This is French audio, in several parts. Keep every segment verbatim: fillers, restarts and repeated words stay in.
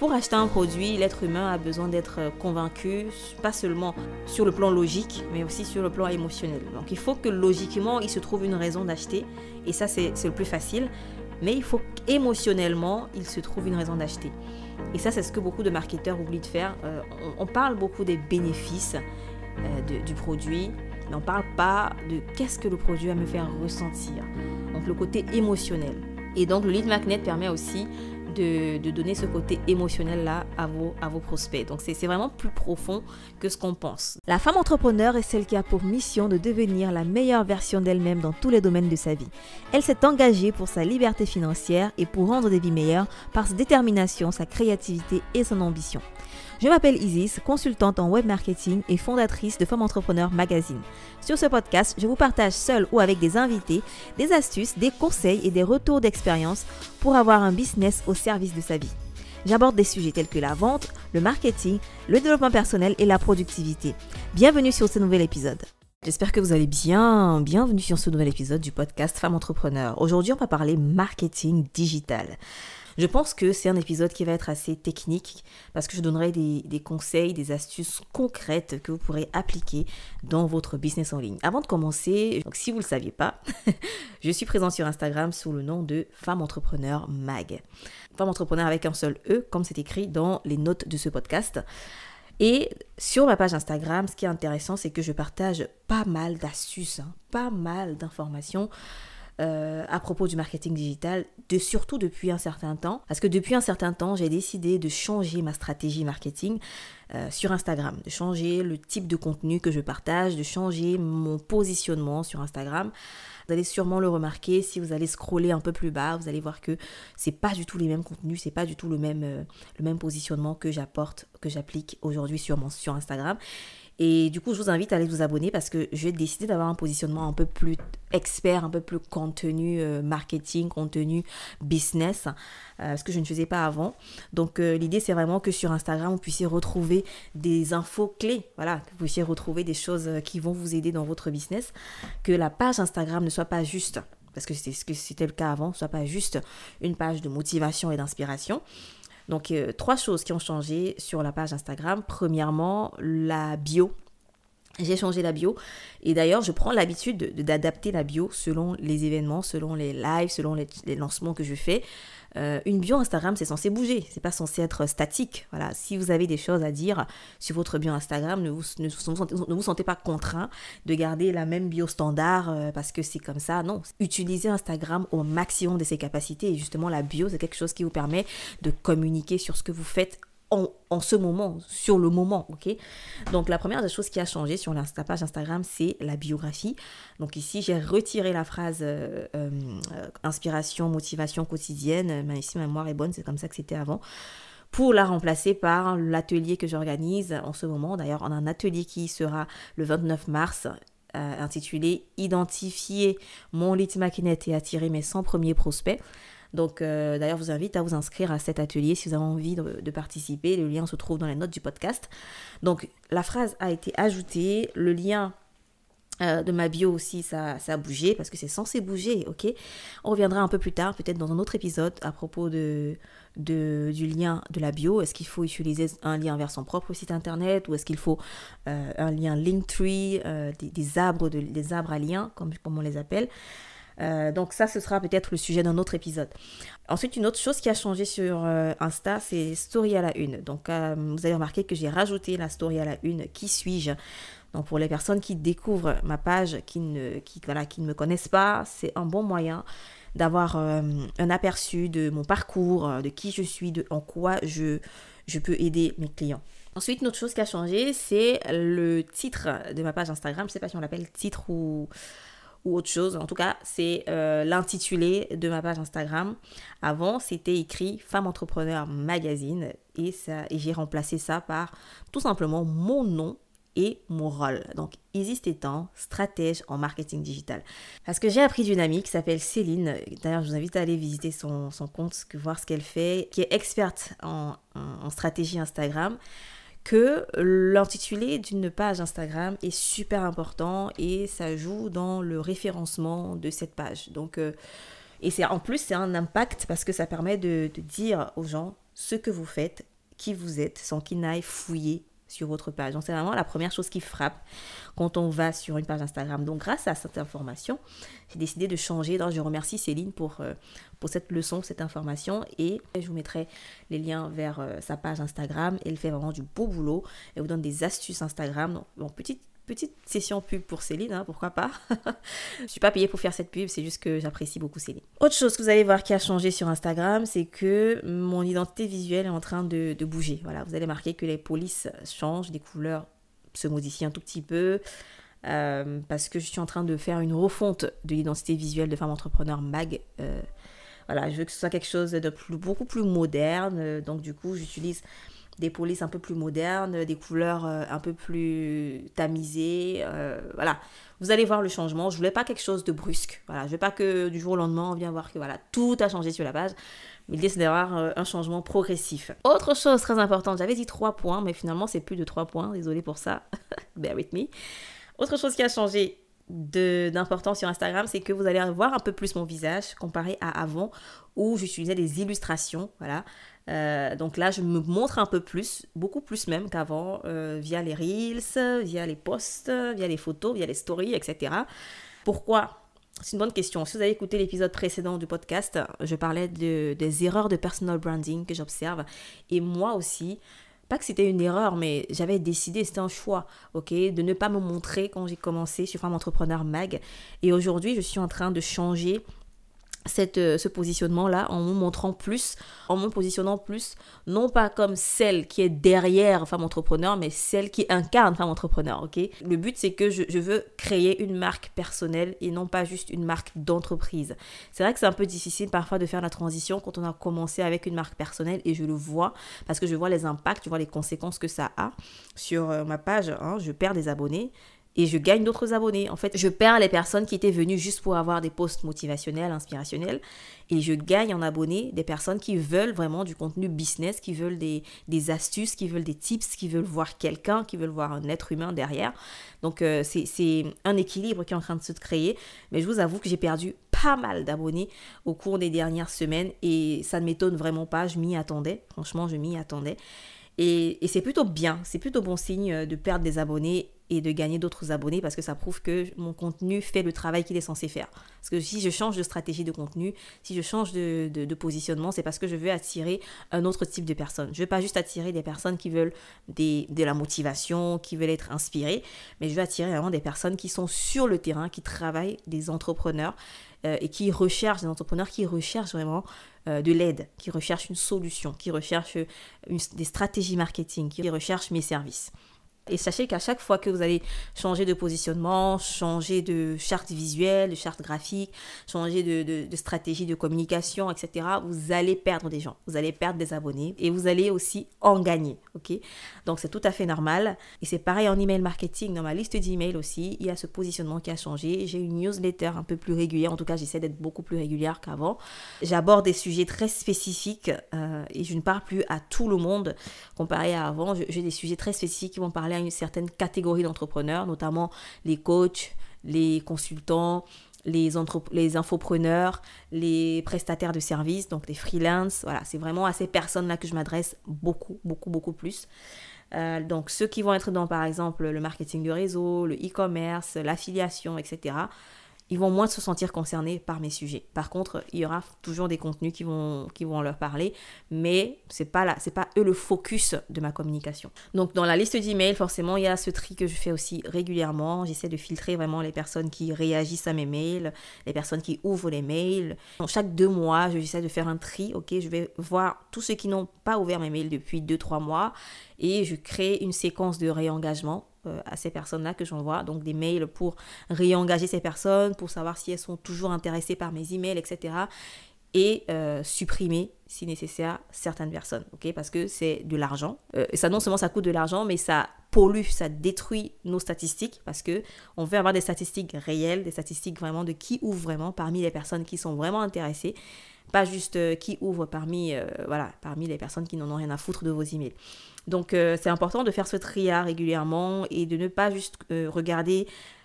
Pour acheter un produit, l'être humain a besoin d'être convaincu, pas seulement sur le plan logique, mais aussi sur le plan émotionnel. Donc il faut que logiquement, il se trouve une raison d'acheter, et ça c'est, c'est le plus facile, mais il faut qu'émotionnellement, il se trouve une raison d'acheter. Et ça, c'est ce que beaucoup de marketeurs oublient de faire. Euh, on, on parle beaucoup des bénéfices euh, de, du produit, mais on ne parle pas de qu'est-ce que le produit va me faire ressentir. Donc le côté émotionnel. Et donc le lead magnet permet aussi De, de donner ce côté émotionnel-là à vos, à vos prospects. Donc, c'est, c'est vraiment plus profond que ce qu'on pense. La femme entrepreneur est celle qui a pour mission de devenir la meilleure version d'elle-même dans tous les domaines de sa vie. Elle s'est engagée pour sa liberté financière et pour rendre des vies meilleures par sa détermination, sa créativité et son ambition. Je m'appelle Isis, consultante en web marketing et fondatrice de Femme Entrepreneur Magazine. Sur ce podcast, je vous partage seule ou avec des invités des astuces, des conseils et des retours d'expérience pour avoir un business au service de sa vie. J'aborde des sujets tels que la vente, le marketing, le développement personnel et la productivité. Bienvenue sur ce nouvel épisode. J'espère que vous allez bien. Bienvenue sur ce nouvel épisode du podcast Femme Entrepreneur. Aujourd'hui, on va parler marketing digital. Je pense que c'est un épisode qui va être assez technique parce que je donnerai des, des conseils, des astuces concrètes que vous pourrez appliquer dans votre business en ligne. Avant de commencer, donc si vous ne le saviez pas, je suis présente sur Instagram sous le nom de Femme Entrepreneur Mag. Femme Entrepreneur avec un seul E, comme c'est écrit dans les notes de ce podcast. Et sur ma page Instagram, ce qui est intéressant, c'est que je partage pas mal d'astuces, hein, pas mal d'informations Euh, à propos du marketing digital, de, surtout depuis un certain temps. Parce que depuis un certain temps, j'ai décidé de changer ma stratégie marketing euh, sur Instagram, de changer le type de contenu que je partage, de changer mon positionnement sur Instagram. Vous allez sûrement le remarquer, si vous allez scroller un peu plus bas, vous allez voir que c'est pas du tout les mêmes contenus, c'est pas du tout le même, euh, le même positionnement que j'apporte, que j'applique aujourd'hui sur, mon, sur Instagram. Et du coup, je vous invite à aller vous abonner parce que je vais décider d'avoir un positionnement un peu plus expert, un peu plus contenu euh, marketing, contenu business, euh, parce que je ne faisais pas avant. Donc, euh, l'idée, c'est vraiment que sur Instagram, vous puissiez retrouver des infos clés, voilà, que vous puissiez retrouver des choses qui vont vous aider dans votre business, que la page Instagram ne soit pas juste, parce que c'était, que c'était le cas avant, ne soit pas juste une page de motivation et d'inspiration. Donc, euh, trois choses qui ont changé sur la page Instagram. Premièrement, la bio. J'ai changé la bio et d'ailleurs, je prends l'habitude de, de, d'adapter la bio selon les événements, selon les lives, selon les, les lancements que je fais. Euh, une bio Instagram, c'est censé bouger, c'est pas censé être statique. Voilà, si vous avez des choses à dire sur votre bio Instagram, ne vous, ne vous, sentez, ne vous sentez pas contraint de garder la même bio standard euh, parce que c'est comme ça. Non, utilisez Instagram au maximum de ses capacités et justement la bio, c'est quelque chose qui vous permet de communiquer sur ce que vous faites En, en ce moment, sur le moment, ok? Donc, la première des choses qui a changé sur la page Instagram, c'est la biographie. Donc, ici, j'ai retiré la phrase euh, euh, inspiration, motivation quotidienne. Mais ici, ma mémoire est bonne, c'est comme ça que c'était avant. Pour la remplacer par l'atelier que j'organise en ce moment. D'ailleurs, on a un atelier qui sera le vingt-neuf mars, euh, intitulé « Identifier mon lead magnet et attirer mes cent premiers prospects ». Donc, euh, d'ailleurs, je vous invite à vous inscrire à cet atelier si vous avez envie de, de participer. Le lien se trouve dans les notes du podcast. Donc, la phrase a été ajoutée. Le lien euh, de ma bio aussi, ça, ça a bougé parce que c'est censé bouger, ok? On reviendra un peu plus tard, peut-être dans un autre épisode, à propos de, de, du lien de la bio. Est-ce qu'il faut utiliser un lien vers son propre site internet ou est-ce qu'il faut euh, un lien Linktree, euh, des, des, arbres de, des arbres à liens, comme, comme on les appelle? Euh, donc ça, ce sera peut-être le sujet d'un autre épisode. Ensuite, une autre chose qui a changé sur euh, Insta, c'est Story à la une. Donc, euh, vous avez remarqué que j'ai rajouté la Story à la une. Qui suis-je? Donc, pour les personnes qui découvrent ma page, qui ne, qui, voilà, qui ne me connaissent pas, c'est un bon moyen d'avoir euh, un aperçu de mon parcours, de qui je suis, de en quoi je, je peux aider mes clients. Ensuite, une autre chose qui a changé, c'est le titre de ma page Instagram. Je ne sais pas si on l'appelle titre ou... ou autre chose. En tout cas, c'est euh, l'intitulé de ma page Instagram. Avant, c'était écrit Femme Entrepreneur Magazine et, ça, et j'ai remplacé ça par tout simplement mon nom et mon rôle. Donc, Isis Tétan, stratège en marketing digital. Parce que j'ai appris d'une amie qui s'appelle Céline. D'ailleurs, je vous invite à aller visiter son, son compte, voir ce qu'elle fait, qui est experte en, en, en stratégie Instagram, que l'intitulé d'une page Instagram est super important et ça joue dans le référencement de cette page. Donc, euh, et c'est, en plus, c'est un impact parce que ça permet de, de dire aux gens ce que vous faites qui vous êtes sans qu'ils n'aillent fouiller sur votre page. Donc, c'est vraiment la première chose qui frappe quand on va sur une page Instagram. Donc, grâce à cette information, j'ai décidé de changer. Donc, je remercie Céline pour, euh, pour cette leçon, cette information. Et je vous mettrai les liens vers euh, sa page Instagram. Elle fait vraiment du beau boulot. Elle vous donne des astuces Instagram. Donc, bon, petite Petite session pub pour Céline, hein, pourquoi pas. Je ne suis pas payée pour faire cette pub, c'est juste que j'apprécie beaucoup Céline. Autre chose que vous allez voir qui a changé sur Instagram, c'est que mon identité visuelle est en train de, de bouger. Voilà, vous allez remarquer que les polices changent, les couleurs se modifient un tout petit peu, euh, parce que je suis en train de faire une refonte de l'identité visuelle de Femme Entrepreneur Mag. Euh, voilà, je veux que ce soit quelque chose de plus, beaucoup plus moderne, donc du coup j'utilise des polices un peu plus modernes, des couleurs euh, un peu plus tamisées, euh, voilà. Vous allez voir le changement. Je voulais pas quelque chose de brusque, voilà. Je veux pas que du jour au lendemain, on vient voir que voilà, tout a changé sur la page. Mais l'idée, c'est d'avoir euh, un changement progressif. Autre chose très importante, j'avais dit trois points, mais finalement, c'est plus de trois points. Désolée pour ça, bear with me. Autre chose qui a changé de, d'important sur Instagram, c'est que vous allez voir un peu plus mon visage comparé à avant, où j'utilisais des illustrations, voilà. Euh, donc là, je me montre un peu plus, beaucoup plus même qu'avant, euh, via les reels, via les posts, via les photos, via les stories, et cetera. Pourquoi ? C'est une bonne question. Si vous avez écouté l'épisode précédent du podcast, je parlais de, des erreurs de personal branding que j'observe. Et moi aussi, pas que c'était une erreur, mais j'avais décidé, c'était un choix, ok, de ne pas me montrer quand j'ai commencé sur Femme Entrepreneur Mag. Et aujourd'hui, je suis en train de changer Cette, euh, ce positionnement-là en me montrant plus, en me positionnant plus, non pas comme celle qui est derrière Femme Entrepreneur, mais celle qui incarne Femme Entrepreneur, ok ? Le but, c'est que je, je veux créer une marque personnelle et non pas juste une marque d'entreprise. C'est vrai que c'est un peu difficile parfois de faire la transition quand on a commencé avec une marque personnelle et je le vois parce que je vois les impacts, je vois les conséquences que ça a sur euh, ma page, hein, je perds des abonnés. Et je gagne d'autres abonnés. En fait, je perds les personnes qui étaient venues juste pour avoir des posts motivationnels, inspirationnels. Et je gagne en abonnés des personnes qui veulent vraiment du contenu business, qui veulent des, des astuces, qui veulent des tips, qui veulent voir quelqu'un, qui veulent voir un être humain derrière. Donc, euh, c'est, c'est un équilibre qui est en train de se créer. Mais je vous avoue que j'ai perdu pas mal d'abonnés au cours des dernières semaines. Et ça ne m'étonne vraiment pas. Je m'y attendais. Franchement, je m'y attendais. Et, et c'est plutôt bien. C'est plutôt bon signe de perdre des abonnés et de gagner d'autres abonnés parce que ça prouve que mon contenu fait le travail qu'il est censé faire. Parce que si je change de stratégie de contenu, si je change de, de, de positionnement, c'est parce que je veux attirer un autre type de personnes. Je ne veux pas juste attirer des personnes qui veulent des, de la motivation, qui veulent être inspirées, mais je veux attirer vraiment des personnes qui sont sur le terrain, qui travaillent, des entrepreneurs euh, et qui recherchent, des entrepreneurs qui recherchent vraiment euh, de l'aide, qui recherchent une solution, qui recherchent une, des stratégies marketing, qui recherchent mes services. Et sachez qu'à chaque fois que vous allez changer de positionnement, changer de charte visuelle, de charte graphique, changer de, de, de stratégie de communication, et cetera, vous allez perdre des gens, vous allez perdre des abonnés et vous allez aussi en gagner, ok ? Donc, c'est tout à fait normal. Et c'est pareil en email marketing. Dans ma liste d'emails aussi, il y a ce positionnement qui a changé. J'ai une newsletter un peu plus régulière. En tout cas, j'essaie d'être beaucoup plus régulière qu'avant. J'aborde des sujets très spécifiques euh, et je ne parle plus à tout le monde comparé à avant. J'ai des sujets très spécifiques qui vont parler à une certaine catégorie d'entrepreneurs, notamment les coachs, les consultants, les, entrep- les infopreneurs, les prestataires de services, donc les freelances. Voilà, c'est vraiment à ces personnes-là que je m'adresse beaucoup, beaucoup, beaucoup plus. Euh, donc, ceux qui vont être dans, par exemple, le marketing de réseau, le e-commerce, l'affiliation, et cetera, ils vont moins se sentir concernés par mes sujets. Par contre, il y aura toujours des contenus qui vont, qui vont leur parler, mais c'est pas là, c'est pas eux le focus de ma communication. Donc, dans la liste d'emails, forcément, il y a ce tri que je fais aussi régulièrement. J'essaie de filtrer vraiment les personnes qui réagissent à mes mails, les personnes qui ouvrent les mails. Donc, chaque deux mois, j'essaie de faire un tri. Ok, je vais voir tous ceux qui n'ont pas ouvert mes mails depuis deux, trois mois et je crée une séquence de réengagement à ces personnes-là que j'envoie, donc des mails pour réengager ces personnes, pour savoir si elles sont toujours intéressées par mes emails, et cetera. Et euh, supprimer, si nécessaire, certaines personnes, ok, parce que c'est de l'argent. Euh, et ça, non seulement ça coûte de l'argent, mais ça pollue, ça détruit nos statistiques, parce que on veut avoir des statistiques réelles, des statistiques vraiment de qui ouvre vraiment parmi les personnes qui sont vraiment intéressées, pas juste euh, qui ouvre parmi, euh, voilà, parmi les personnes qui n'en ont rien à foutre de vos emails. Donc, euh, c'est important de faire ce triage régulièrement et de ne pas juste euh, regarder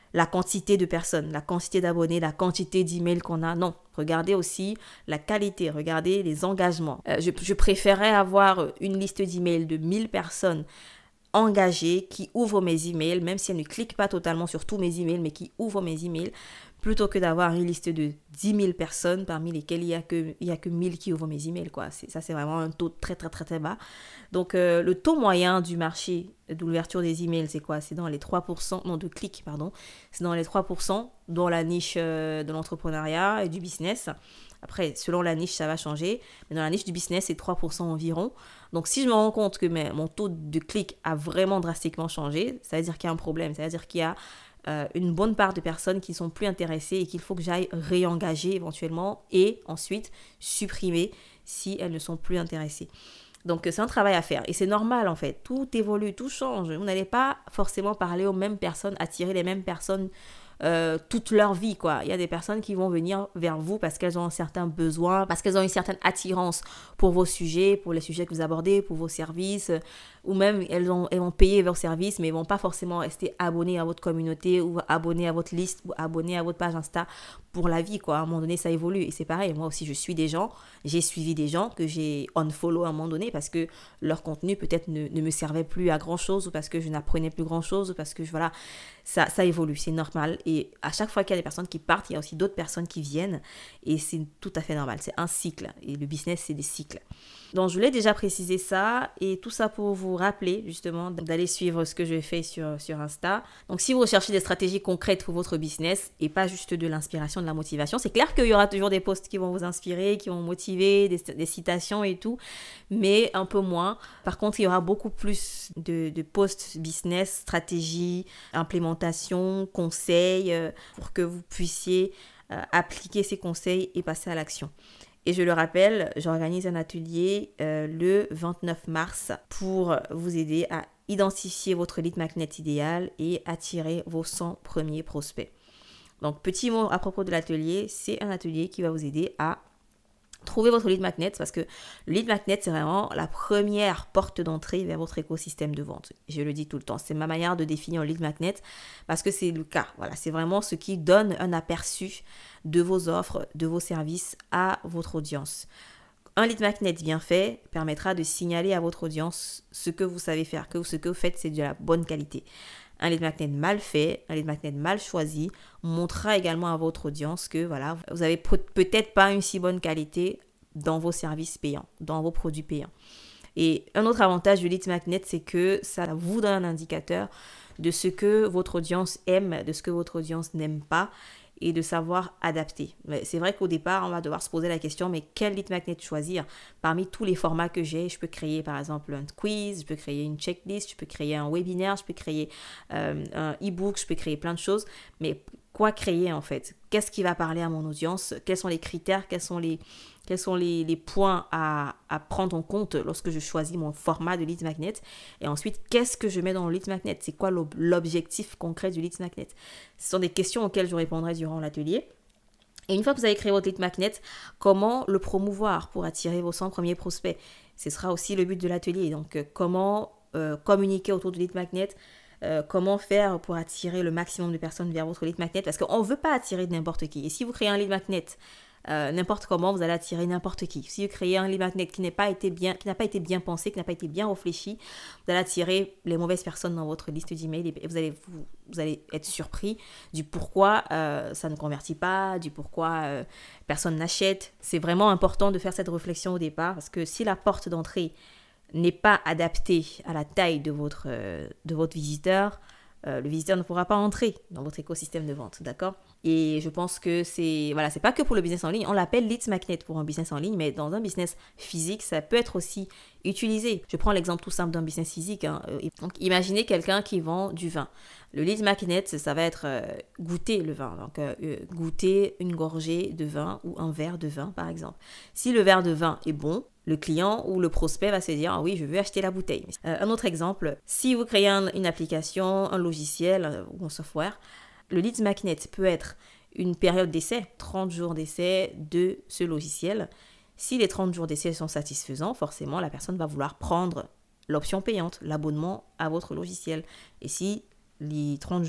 la quantité de personnes, la quantité d'abonnés, la quantité d'emails qu'on a. Non, regardez aussi la qualité, regardez les engagements. Euh, je, je préférais avoir une liste d'emails de mille personnes engagées qui ouvrent mes emails, même si elles ne cliquent pas totalement sur tous mes emails, mais qui ouvrent mes emails, plutôt que d'avoir une liste de dix mille personnes parmi lesquelles il n'y a que, il y a que mille qui ouvrent mes emails, quoi. C'est, ça, c'est vraiment un taux très, très, très, très bas. Donc, euh, le taux moyen du marché d'ouverture des emails, c'est quoi? C'est dans les trois pour cent, non, de clics, pardon. C'est dans les trois pour cent dans la niche euh, de l'entrepreneuriat et du business. Après, selon la niche, ça va changer. Mais dans la niche du business, c'est trois pour cent environ. Donc, si je me rends compte que mes, mon taux de clic a vraiment drastiquement changé, ça veut dire qu'il y a un problème. Ça veut dire qu'il y a euh, une bonne part de personnes qui ne sont plus intéressées et qu'il faut que j'aille réengager éventuellement et ensuite supprimer si elles ne sont plus intéressées. Donc, c'est un travail à faire. Et c'est normal, en fait. Tout évolue, tout change. Vous n'allez pas forcément parler aux mêmes personnes, attirer les mêmes personnes Euh, toute leur vie, quoi. Il y a des personnes qui vont venir vers vous parce qu'elles ont un certain besoin, parce qu'elles ont une certaine attirance pour vos sujets, pour les sujets que vous abordez, pour vos services, ou même elles, ont, elles vont payer vos services, mais elles ne vont pas forcément rester abonnées à votre communauté ou abonnées à votre liste ou abonnées à votre page Insta pour la vie, quoi. À un moment donné, ça évolue. Et c'est pareil, moi aussi, je suis des gens, j'ai suivi des gens que j'ai unfollow à un moment donné parce que leur contenu peut-être ne, ne me servait plus à grand-chose ou parce que je n'apprenais plus grand-chose ou parce que, voilà, ça, ça évolue, c'est normal. Et à chaque fois qu'il y a des personnes qui partent, il y a aussi d'autres personnes qui viennent et c'est tout à fait normal. C'est un cycle et le business, c'est des cycles. Donc, je voulais déjà préciser ça et tout ça pour vous rappeler justement d'aller suivre ce que je fais sur, sur Insta. Donc, si vous recherchez des stratégies concrètes pour votre business et pas juste de l'inspiration, de la motivation, c'est clair qu'il y aura toujours des posts qui vont vous inspirer, qui vont vous motiver, des, des citations et tout, mais un peu moins. Par contre, il y aura beaucoup plus de, de posts business, stratégie, implémentation, conseils euh, pour que vous puissiez euh, appliquer ces conseils et passer à l'action. Et je le rappelle, j'organise un atelier euh, le vingt-neuf mars pour vous aider à identifier votre lead magnet idéal et attirer vos cent premiers prospects. Donc, petit mot à propos de l'atelier, c'est un atelier qui va vous aider à trouver votre lead magnet parce que le lead magnet, c'est vraiment la première porte d'entrée vers votre écosystème de vente. Je le dis tout le temps, c'est ma manière de définir le lead magnet parce que c'est le cas. Voilà, c'est vraiment ce qui donne un aperçu de vos offres, de vos services à votre audience. Un lead magnet bien fait permettra de signaler à votre audience ce que vous savez faire, que ce que vous faites, c'est de la bonne qualité. Un lead magnet mal fait, un lead magnet mal choisi montrera également à votre audience que voilà, vous n'avez peut-être pas une si bonne qualité dans vos services payants, dans vos produits payants. Et un autre avantage du lead magnet, c'est que ça vous donne un indicateur de ce que votre audience aime, de ce que votre audience n'aime pas et de savoir adapter. Mais c'est vrai qu'au départ, on va devoir se poser la question, mais quel lead magnet choisir? Parmi tous les formats que j'ai, je peux créer par exemple un quiz, je peux créer une checklist, je peux créer un webinaire, je peux créer euh, un e-book, je peux créer plein de choses, mais quoi créer en fait? Qu'est-ce qui va parler à mon audience? Quels sont les critères? Quels sont les, quels sont les, les points à, à prendre en compte lorsque je choisis mon format de lead magnet? Et ensuite, qu'est-ce que je mets dans le lead magnet? C'est quoi l'objectif concret du lead magnet? Ce sont des questions auxquelles je répondrai durant l'atelier. Et une fois que vous avez créé votre lead magnet, comment le promouvoir pour attirer vos cent premiers prospects? Ce sera aussi le but de l'atelier. Donc, euh, comment euh, communiquer autour du lead magnet? Euh, comment faire pour attirer le maximum de personnes vers votre lead magnet? Parce qu'on ne veut pas attirer n'importe qui. Et si vous créez un lead magnet euh, n'importe comment, vous allez attirer n'importe qui. Si vous créez un lead magnet qui n'a pas été bien, qui n'a pas été bien pensé, qui n'a pas été bien réfléchi, vous allez attirer les mauvaises personnes dans votre liste d'emails et vous allez, vous, vous allez être surpris du pourquoi euh, ça ne convertit pas, du pourquoi euh, personne n'achète. C'est vraiment important de faire cette réflexion au départ parce que si la porte d'entrée n'est pas adapté à la taille de votre, euh, de votre visiteur, euh, le visiteur ne pourra pas entrer dans votre écosystème de vente, d'accord? Et je pense que c'est, voilà, c'est pas que pour le business en ligne, on l'appelle lead magnet pour un business en ligne, mais dans un business physique, ça peut être aussi utilisé. Je prends l'exemple tout simple d'un business physique. Hein. Donc, imaginez quelqu'un qui vend du vin. Le lead magnet, ça va être euh, goûter le vin. Donc, euh, goûter une gorgée de vin ou un verre de vin, par exemple. Si le verre de vin est bon, le client ou le prospect va se dire ah oui, je veux acheter la bouteille. Euh, un autre exemple, si vous créez un, une application, un logiciel euh, ou un software, le lead magnet peut être une période d'essai, trente jours d'essai de ce logiciel. Si les trente jours d'essai sont satisfaisants, forcément, la personne va vouloir prendre l'option payante, l'abonnement à votre logiciel. Et si les trente jours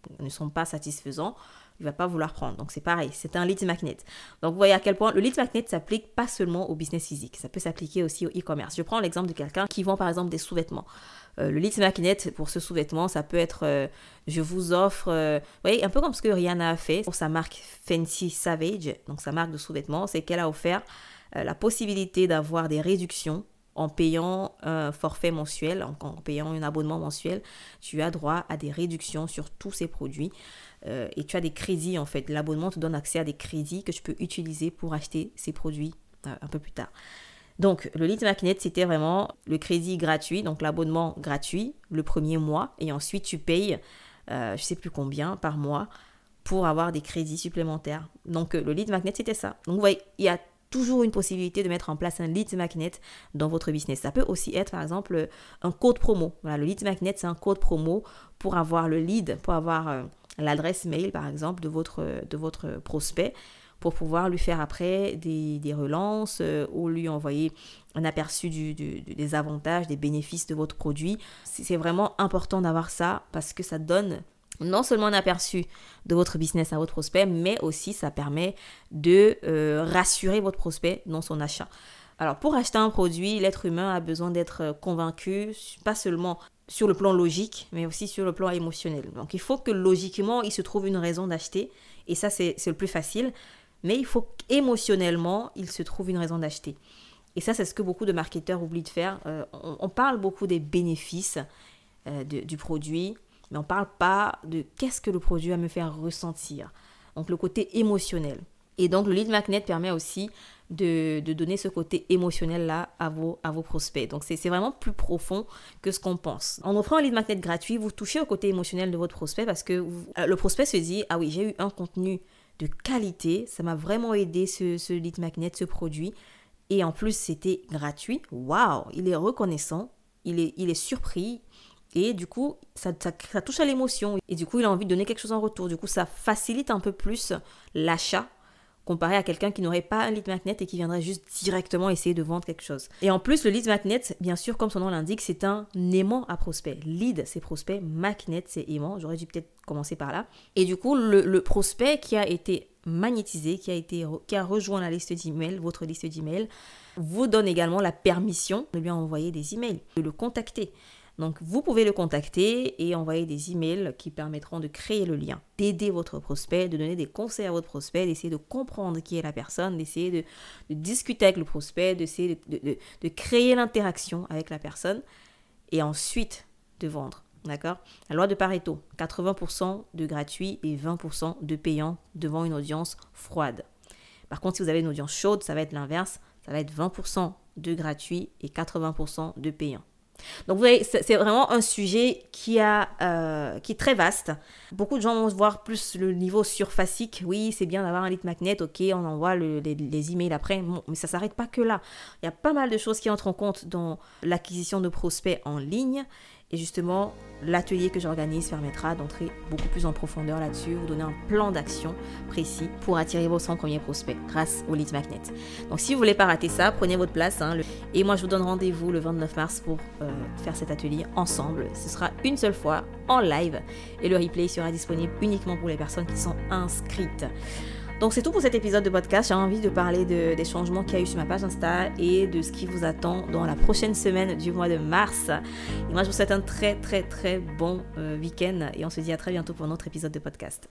ne sont pas satisfaisants, il ne va pas vouloir prendre. Donc, c'est pareil, c'est un lead magnet. Donc, vous voyez à quel point le lead magnet s'applique pas seulement au business physique, ça peut s'appliquer aussi au e-commerce. Je prends l'exemple de quelqu'un qui vend par exemple des sous-vêtements. Euh, le lead magnet pour ce sous-vêtement, ça peut être euh, je vous offre, euh, vous voyez, un peu comme ce que Rihanna a fait pour sa marque Fancy Savage, donc sa marque de sous-vêtements, c'est qu'elle a offert euh, la possibilité d'avoir des réductions en payant un forfait mensuel, en, en payant un abonnement mensuel. Tu as droit à des réductions sur tous ces produits euh, et tu as des crédits en fait. L'abonnement te donne accès à des crédits que tu peux utiliser pour acheter ces produits euh, un peu plus tard. Donc, le lead magnet, c'était vraiment le crédit gratuit, donc l'abonnement gratuit le premier mois et ensuite tu payes, euh, je ne sais plus combien par mois pour avoir des crédits supplémentaires. Donc, le lead magnet, c'était ça. Donc, vous voyez, il y a toujours une possibilité de mettre en place un lead magnet dans votre business. Ça peut aussi être, par exemple, un code promo. Voilà, le lead magnet, c'est un code promo pour avoir le lead, pour avoir euh, l'adresse mail, par exemple, de votre, de votre prospect, pour pouvoir lui faire après des, des relances euh, ou lui envoyer un aperçu du, du, des avantages, des bénéfices de votre produit. C'est, c'est vraiment important d'avoir ça parce que ça donne non seulement un aperçu de votre business à votre prospect, mais aussi ça permet de euh, rassurer votre prospect dans son achat. Alors pour acheter un produit, l'être humain a besoin d'être convaincu, pas seulement sur le plan logique, mais aussi sur le plan émotionnel. Donc il faut que logiquement, il se trouve une raison d'acheter, et ça c'est, c'est le plus facile. Mais il faut qu'émotionnellement, il se trouve une raison d'acheter. Et ça, c'est ce que beaucoup de marketeurs oublient de faire. Euh, on, on parle beaucoup des bénéfices euh, de, du produit, mais on ne parle pas de qu'est-ce que le produit va me faire ressentir. Donc, le côté émotionnel. Et donc, le lead magnet permet aussi de, de donner ce côté émotionnel-là à vos, à vos prospects. Donc, c'est, c'est vraiment plus profond que ce qu'on pense. En offrant un lead magnet gratuit, vous touchez au côté émotionnel de votre prospect parce que vous, euh, le prospect se dit « Ah oui, j'ai eu un contenu de qualité, ça m'a vraiment aidé ce, ce lead magnet, ce produit. Et en plus, c'était gratuit. Waouh, il est reconnaissant, il est, il est surpris. Et du coup, ça, ça, ça touche à l'émotion. Et du coup, il a envie de donner quelque chose en retour. Du coup, ça facilite un peu plus l'achat comparé à quelqu'un qui n'aurait pas un lead magnet et qui viendrait juste directement essayer de vendre quelque chose. Et en plus, le lead magnet, bien sûr, comme son nom l'indique, c'est un aimant à prospect. Lead, c'est prospect. Magnet, c'est aimant. J'aurais dû peut-être commencer par là. Et du coup, le, le prospect qui a été magnétisé, qui a, été, qui a rejoint la liste d'emails, votre liste d'emails, vous donne également la permission de lui envoyer des emails, de le contacter. Donc, vous pouvez le contacter et envoyer des emails qui permettront de créer le lien, d'aider votre prospect, de donner des conseils à votre prospect, d'essayer de comprendre qui est la personne, d'essayer de, de discuter avec le prospect, d'essayer de, de, de, de créer l'interaction avec la personne et ensuite de vendre. D'accord ? La loi de Pareto, quatre-vingts pour cent de gratuit et vingt pour cent de payant devant une audience froide. Par contre, si vous avez une audience chaude, ça va être l'inverse, ça va être vingt pour cent de gratuit et quatre-vingts pour cent de payant. Donc, vous voyez, c'est vraiment un sujet qui, a, euh, qui est très vaste. Beaucoup de gens vont voir plus le niveau surfacique. Oui, c'est bien d'avoir un lead magnet, ok, on envoie le, les, les emails après. Bon, mais ça ne s'arrête pas que là. Il y a pas mal de choses qui entrent en compte dans l'acquisition de prospects en ligne. Et justement, l'atelier que j'organise permettra d'entrer beaucoup plus en profondeur là-dessus, vous donner un plan d'action précis pour attirer vos cent premiers prospects grâce au lead magnet. Donc, si vous ne voulez pas rater ça, prenez votre place. Hein, le... Et moi, je vous donne rendez-vous le vingt-neuf mars pour euh, faire cet atelier ensemble. Ce sera une seule fois en live et le replay sera disponible uniquement pour les personnes qui sont inscrites. Donc, c'est tout pour cet épisode de podcast. J'ai envie de parler de, des changements qu'il y a eu sur ma page Insta et de ce qui vous attend dans la prochaine semaine du mois de mars. Et moi, je vous souhaite un très, très, très bon euh, week-end et on se dit à très bientôt pour un autre épisode de podcast.